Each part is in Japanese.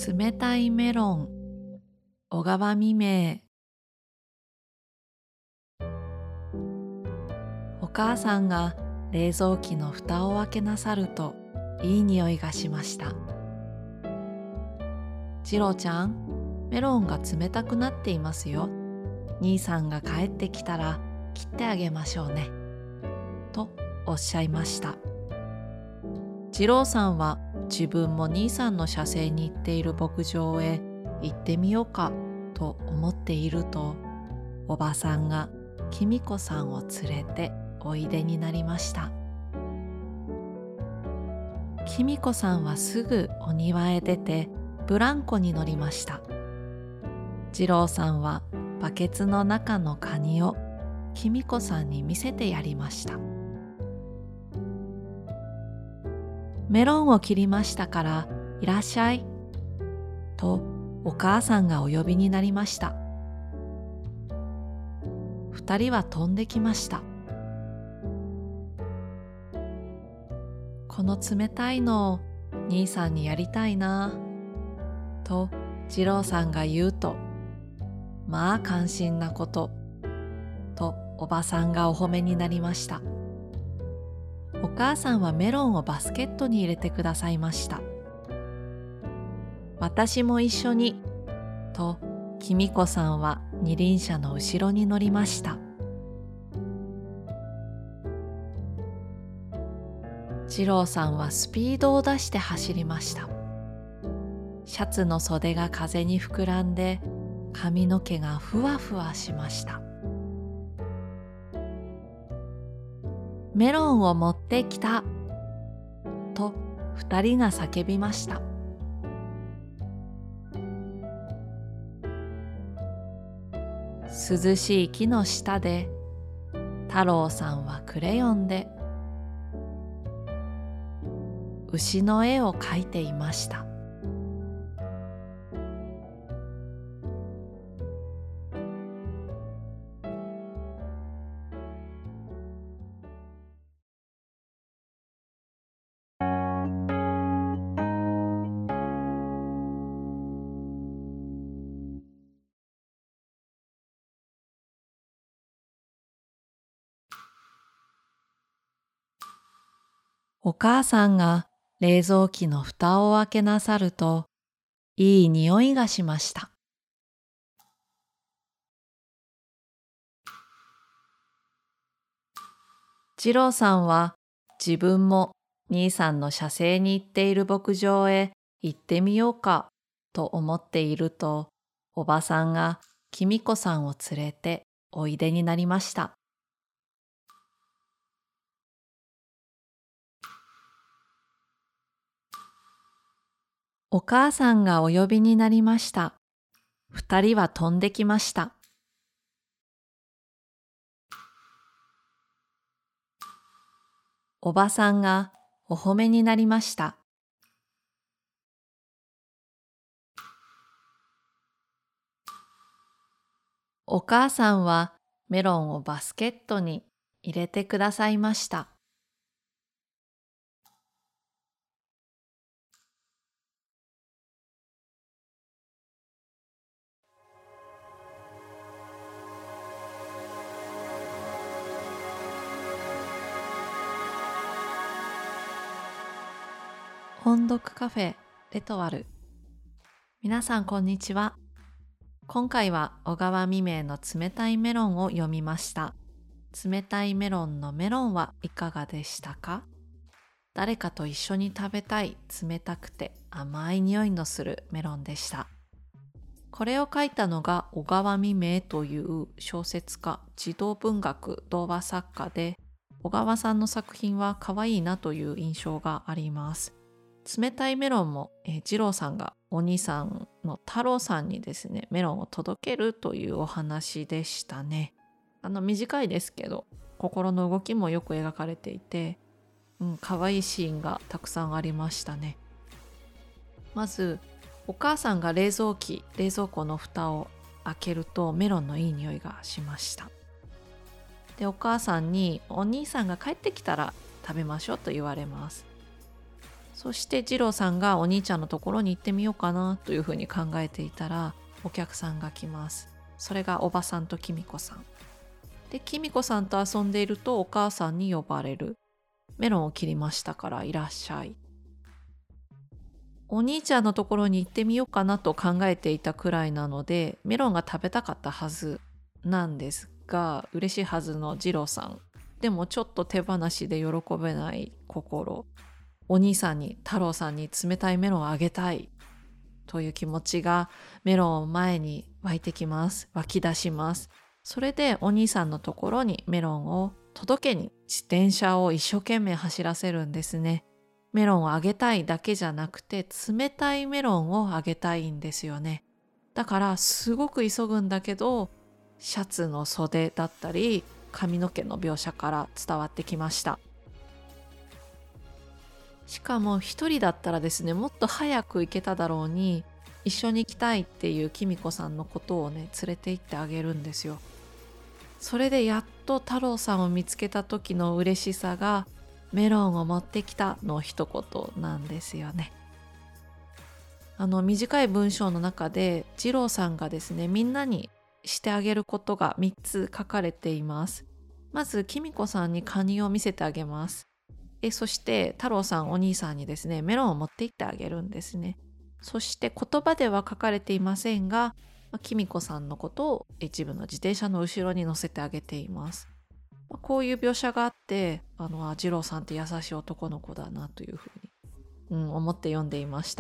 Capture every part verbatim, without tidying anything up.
冷たいメロン、小川未明。お母さんが冷蔵機の蓋を開けなさるといい匂いがしました。次郎ちゃん、メロンが冷たくなっていますよ。兄さんが帰ってきたら切ってあげましょうね。とおっしゃいました。次郎さんは自分も兄さんの写生に行っている牧場へ行ってみようかと思っていると、おばさんがきみこさんを連れておいでになりました。きみこさんはすぐお庭へ出てブランコに乗りました。次郎さんはバケツの中のカニをきみこさんに見せてやりました。メロンを切りましたからいらっしゃいとお母さんがお呼びになりました。二人は飛んできました。この冷たいのを兄さんにやりたいなと次郎さんが言うと、まあ感心なこととおばさんがお褒めになりました。お母さんはメロンをバスケットに入れてくださいました。私も一緒にときみこさんは二輪車の後ろに乗りました。次郎さんはスピードを出して走りました。シャツの袖が風に膨らんで髪の毛がふわふわしました。メロンを持ってきたと二人が叫びました。涼しい木の下で太郎さんはクレヨンで牛の絵を描いていました。お母さんが冷蔵機の蓋を開けなさるといい匂いがしました。次郎さんは自分も兄さんの写生に行っている牧場へ行ってみようかと思っていると、おばさんがきみこさんを連れておいでになりました。お母さんがお呼びになりました。二人は飛んできました。おばさんがお褒めになりました。お母さんはメロンをバスケットに入れてくださいました。音読カフェレトワル。皆さんこんにちは。今回は小川未明の冷たいメロンを読みました。冷たいメロンのメロンはいかがでしたか？誰かと一緒に食べたい冷たくて甘い匂いのするメロンでした。これを書いたのが小川未明という小説家、児童文学、童話作家で、小川さんの作品は可愛いなという印象があります。冷たいメロンも、えー、次郎さんがお兄さんの太郎さんにですね、メロンを届けるというお話でしたね。あの短いですけど、心の動きもよく描かれていて、うん、可愛いシーンがたくさんありましたね。まず、お母さんが冷蔵機、冷蔵庫の蓋を開けるとメロンのいい匂いがしました。で、お母さんにお兄さんが帰ってきたら食べましょうと言われます。 そして二郎さんがお兄ちゃんのところに行ってみようかなというふうに考えていたら、お客さんが来ます。それがおばさんときみこさんで、きみこさんと遊んでいるとお母さんに呼ばれる。メロンを切りましたからいらっしゃい。お兄ちゃんのところに行ってみようかなと考えていたくらいなので、メロンが食べたかったはずなんですが、嬉しいはずの二郎さんでもちょっと手放しで喜べない心、お兄さんに太郎さんに冷たいメロンをあげたいという気持ちがメロンを前に湧いてきます。湧き出します。それでお兄さんのところにメロンを届けに自転車を一生懸命走らせるんですね。メロンをあげたいだけじゃなくて、冷たいメロンをあげたいんですよね。だからすごく急ぐんだけど、シャツの袖だったり髪の毛の描写から伝わってきました。しかも一人だったらですね、もっと早く行けただろうに、一緒に行きたいっていうきみこさんのことをね、連れて行ってあげるんですよ。それでやっと太郎さんを見つけた時の嬉しさが、メロンを持ってきたの一言なんですよね。あの短い文章の中で二郎さんがですね、みんなにしてあげることがみっつ書かれています。まずきみこさんにカニを見せてあげます。えそして太郎さんお兄さんにですね、メロンを持って行ってあげるんですね。そして言葉では書かれていませんが、きみこさんのことをえ自分の自転車の後ろに乗せてあげています。こういう描写があって、あの二郎さんって優しい男の子だなというふうに、うん、思って読んでいました。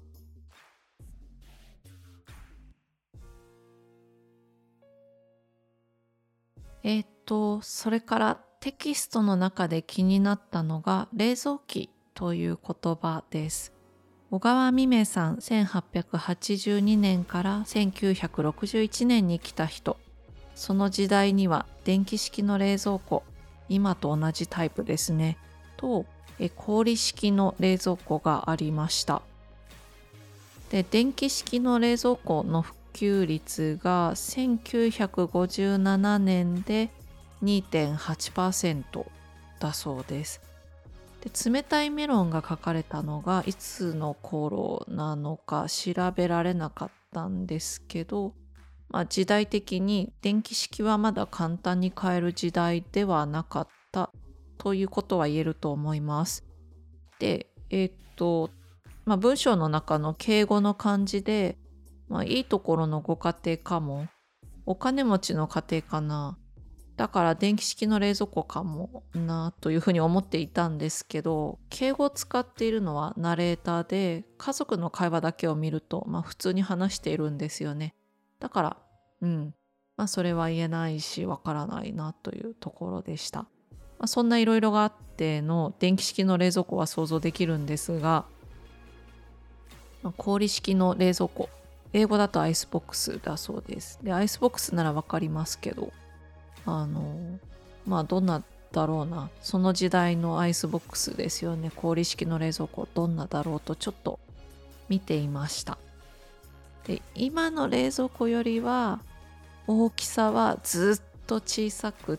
えーっとそれからテキストの中で気になったのが冷蔵機という言葉です。小川未明さん、せんはっぴゃくはちじゅうにねんからせんきゅうひゃくろくじゅういちねんに来た人。その時代には電気式の冷蔵庫、今と同じタイプですね、とえ氷式の冷蔵庫がありました。で、電気式の冷蔵庫の普及率がせんきゅうひゃくごじゅうななねんで にてんはちパーセント だそうです。で、冷たいメロンが書かれたのがいつの頃なのか調べられなかったんですけど、まあ、時代的に電気式はまだ簡単に買える時代ではなかったということは言えると思います。で、えーっと、まあ、文章の中の敬語の漢字で、まあ、いいところのご家庭かも、お金持ちの家庭かな、だから電気式の冷蔵庫かもなというふうに思っていたんですけど、敬語を使っているのはナレーターで、家族の会話だけを見ると、まあ、普通に話しているんですよね。だからうんまあそれは言えないしわからないなというところでした。まあ、そんないろいろがあっての電気式の冷蔵庫は想像できるんですが、まあ、氷式の冷蔵庫、英語だとアイスボックスだそうです。で、アイスボックスならわかりますけど、あのまあどんなだろうな、その時代のアイスボックスですよね。氷式の冷蔵庫どんなだろうとちょっと見ていました。で、今の冷蔵庫よりは大きさはずっと小さくって、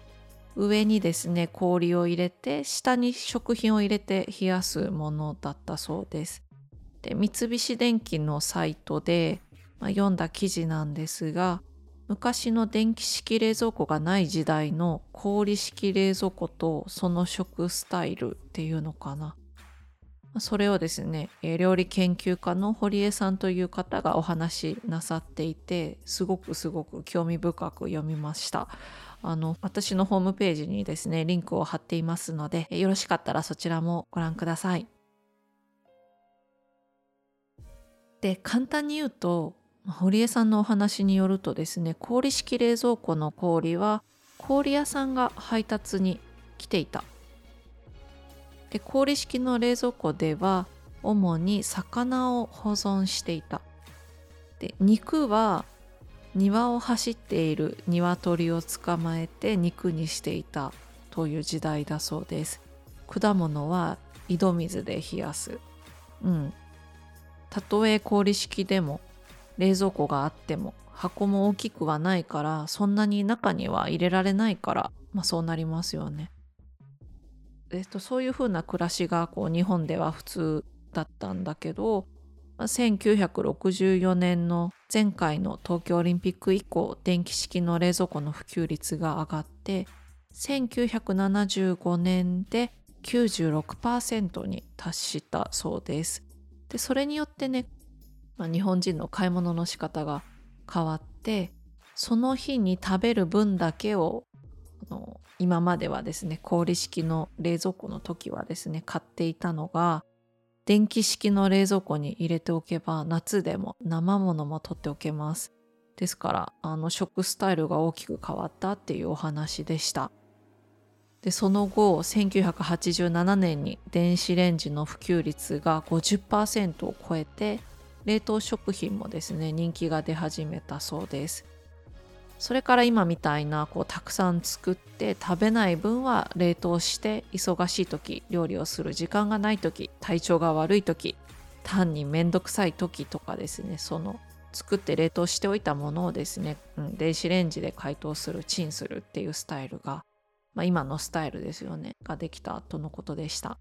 上にですね氷を入れて、下に食品を入れて冷やすものだったそうです。で、三菱電機のサイトで、まあ、読んだ記事なんですが、昔の電気式冷蔵庫がない時代の氷式冷蔵庫とその食スタイルっていうのかな、それをですね、料理研究家の堀江さんという方がお話しなさっていて、すごくすごく興味深く読みました。あの私のホームページにですねリンクを貼っていますので、よろしかったらそちらもご覧ください。で、簡単に言うと、堀江さんのお話によるとですね、氷式冷蔵庫の氷は氷屋さんが配達に来ていた。で、氷式の冷蔵庫では主に魚を保存していた。で、肉は庭を走っている鶏を捕まえて肉にしていたという時代だそうです。果物は井戸水で冷やす。うん。たとえ氷式でも冷蔵庫があっても箱も大きくはないから、そんなに中には入れられないから、まあそうなりますよね。 えっと、そういう風な暮らしがこう日本では普通だったんだけど、せんきゅうひゃくろくじゅうよねんの前回の東京オリンピック以降、電気式の冷蔵庫の普及率が上がって、せんきゅうひゃくななじゅうごねんで きゅうじゅうろくパーセント に達したそうです。で、それによってね、まあ、日本人の買い物の仕方が変わって、その日に食べる分だけをあの今まではですね、氷式の冷蔵庫の時はですね、買っていたのが、電気式の冷蔵庫に入れておけば夏でも生ものも取っておけます。ですからあの食スタイルが大きく変わったっていうお話でした。でその後せんきゅうひゃくはちじゅうななねんに電子レンジの普及率が ごじゅっパーセント を超えて、冷凍食品もですね人気が出始めたそうです。それから今みたいなこうたくさん作って食べない分は冷凍して、忙しい時、料理をする時間がない時、体調が悪い時、単にめんどくさい時とかですね、その作って冷凍しておいたものをですね、うん、電子レンジで解凍する、チンするっていうスタイルが、まあ、今のスタイルですよねができたとのことでした。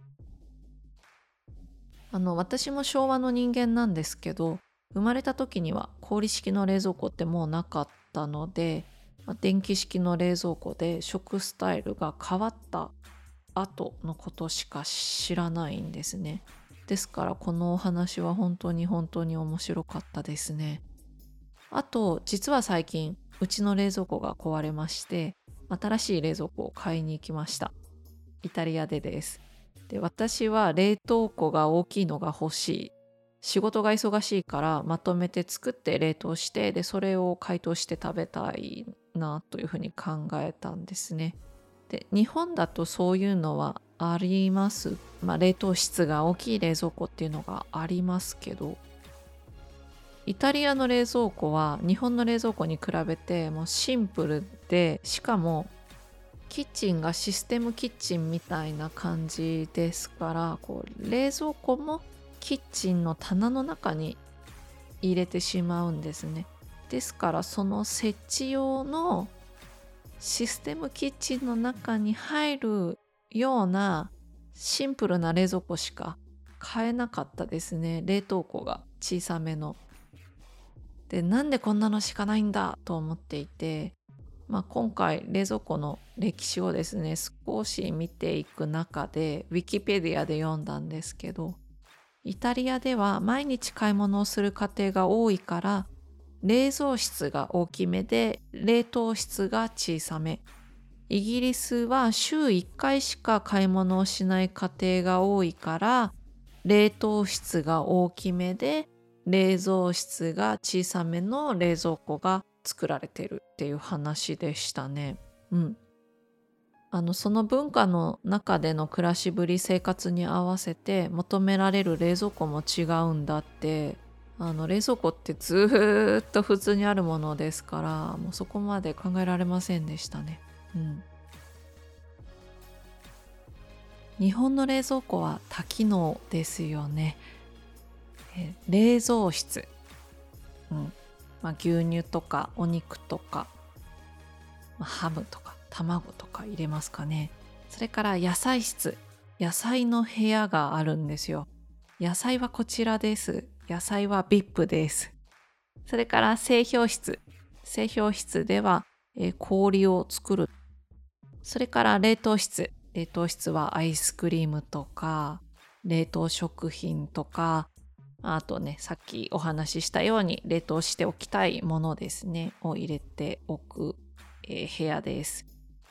あの私も昭和の人間なんですけど、生まれた時には氷式の冷蔵庫ってもうなかったので、まあ電気式の冷蔵庫で食スタイルが変わった後のことしか知らないんですね。ですからこのお話は本当に本当に面白かったですね。あと実は最近うちの冷蔵庫が壊れまして、新しい冷蔵庫を買いに行きました。イタリアでです。で、私は冷凍庫が大きいのが欲しい。仕事が忙しいからまとめて作って冷凍して、で、それを解凍して食べたいなというふうに考えたんですね。で、日本だとそういうのはあります。まあ、冷凍室が大きい冷蔵庫っていうのがありますけど、イタリアの冷蔵庫は日本の冷蔵庫に比べてもうシンプルで、しかもキッチンがシステムキッチンみたいな感じですから、こう冷蔵庫もキッチンの棚の中に入れてしまうんですね。ですからその設置用のシステムキッチンの中に入るようなシンプルな冷蔵庫しか買えなかったですね。冷凍庫が小さめの。で、なんでこんなのしかないんだと思っていて、まあ、今回冷蔵庫の歴史をですね少し見ていく中で、ウィキペディアで読んだんですけど、イタリアでは毎日買い物をする家庭が多いから、冷蔵室が大きめで冷凍室が小さめ。イギリスは週いっかいしか買い物をしない家庭が多いから、冷凍室が大きめで冷蔵室が小さめの冷蔵庫が作られてるっていう話でしたね。うん。あのその文化の中での暮らしぶり、生活に合わせて求められる冷蔵庫も違うんだって。あの冷蔵庫ってずーっと普通にあるものですから、もうそこまで考えられませんでしたね。うん。日本の冷蔵庫は多機能ですよね。え冷蔵室、うんまあ、牛乳とかお肉とか、まあ、ハムとか卵とか入れますかね。それから野菜室、野菜の部屋があるんですよ。野菜はこちらです。野菜は ブイアイピー です。それから製氷室、製氷室では、えー氷を作る。それから冷凍室、冷凍室はアイスクリームとか冷凍食品とか、あとね、さっきお話ししたように冷凍しておきたいものですねを入れておく、えー部屋です。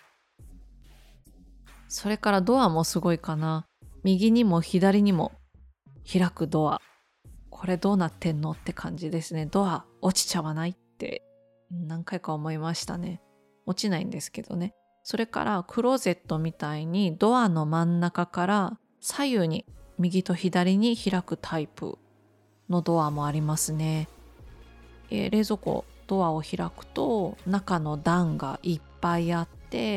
それからドアもすごいかな。右にも左にも開くドア。これどうなってんのって感じですね。ドア落ちちゃわないって何回か思いましたね。落ちないんですけどね。それからクローゼットみたいにドアの真ん中から左右に右と左に開くタイプのドアもありますね。えー冷蔵庫ドアを開くと中の段がいっぱいあって、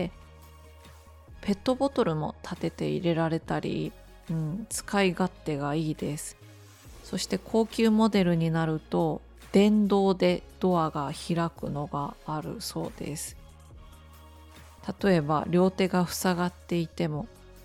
ペットボトルも立てて入れられたり、うん、使い勝手がいいです。そして高級モデルになると電動でドアが開くのがあるそうです。例えば両手が塞がっていても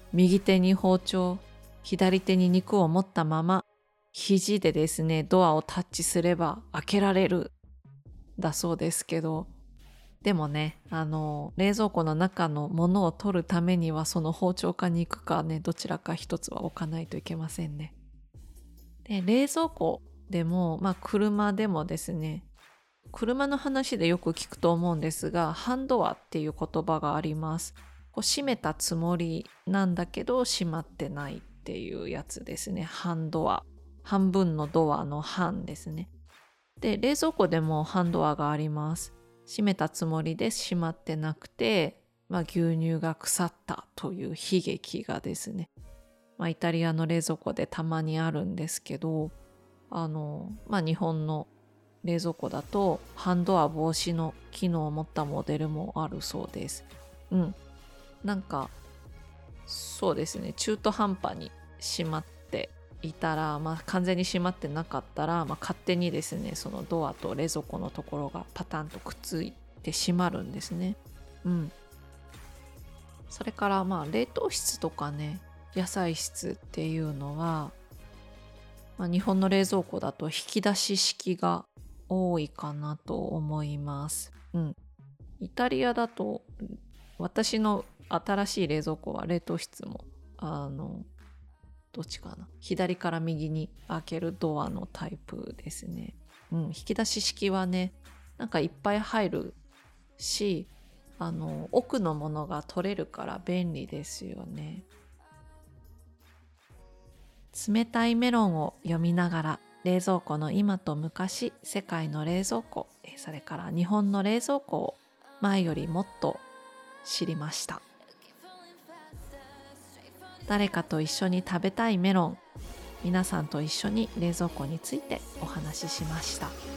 右手に包丁、左手に肉を持ったまま肘でですねドアをタッチすれば開けられるだそうですけど、でもねあの冷蔵庫の中のものを取るためにはその包丁か肉かねどちらか一つは置かないといけませんね。で冷蔵庫でもまあ車でもですね、車の話でよく聞くと思うんですが、ハンドアっていう言葉があります。こう閉めたつもりなんだけど閉まってないっていうやつですね。ハンドア、半分のドアの半ですね。で冷蔵庫でもハンドアがあります。閉めたつもりで閉まってなくて、まあ、牛乳が腐ったという悲劇がですね、まあ、イタリアの冷蔵庫でたまにあるんですけど、あの、まあ、日本の冷蔵庫だとハンドア防止の機能を持ったモデルもあるそうです。うん。なんかそうですね、中途半端に閉まっていたら、まあ、完全に閉まってなかったら、まあ、勝手にですねそのドアと冷蔵庫のところがパタンとくっついて閉まるんですね。うん。それからまあ冷凍室とかね野菜室っていうのは、まあ、日本の冷蔵庫だと引き出し式が多いかなと思います。うん。イタリアだと私の新しい冷蔵庫は冷凍室もあのどっちかな、左から右に開けるドアのタイプですね。うん、引き出し式はねなんかいっぱい入るし、あの奥のものが取れるから便利ですよね。冷たいメロンを読みながら冷蔵庫の今と昔、世界の冷蔵庫、それから日本の冷蔵庫を前よりもっと知りました。誰かと一緒に食べたいメロン、皆さんと一緒に冷蔵庫についてお話ししました。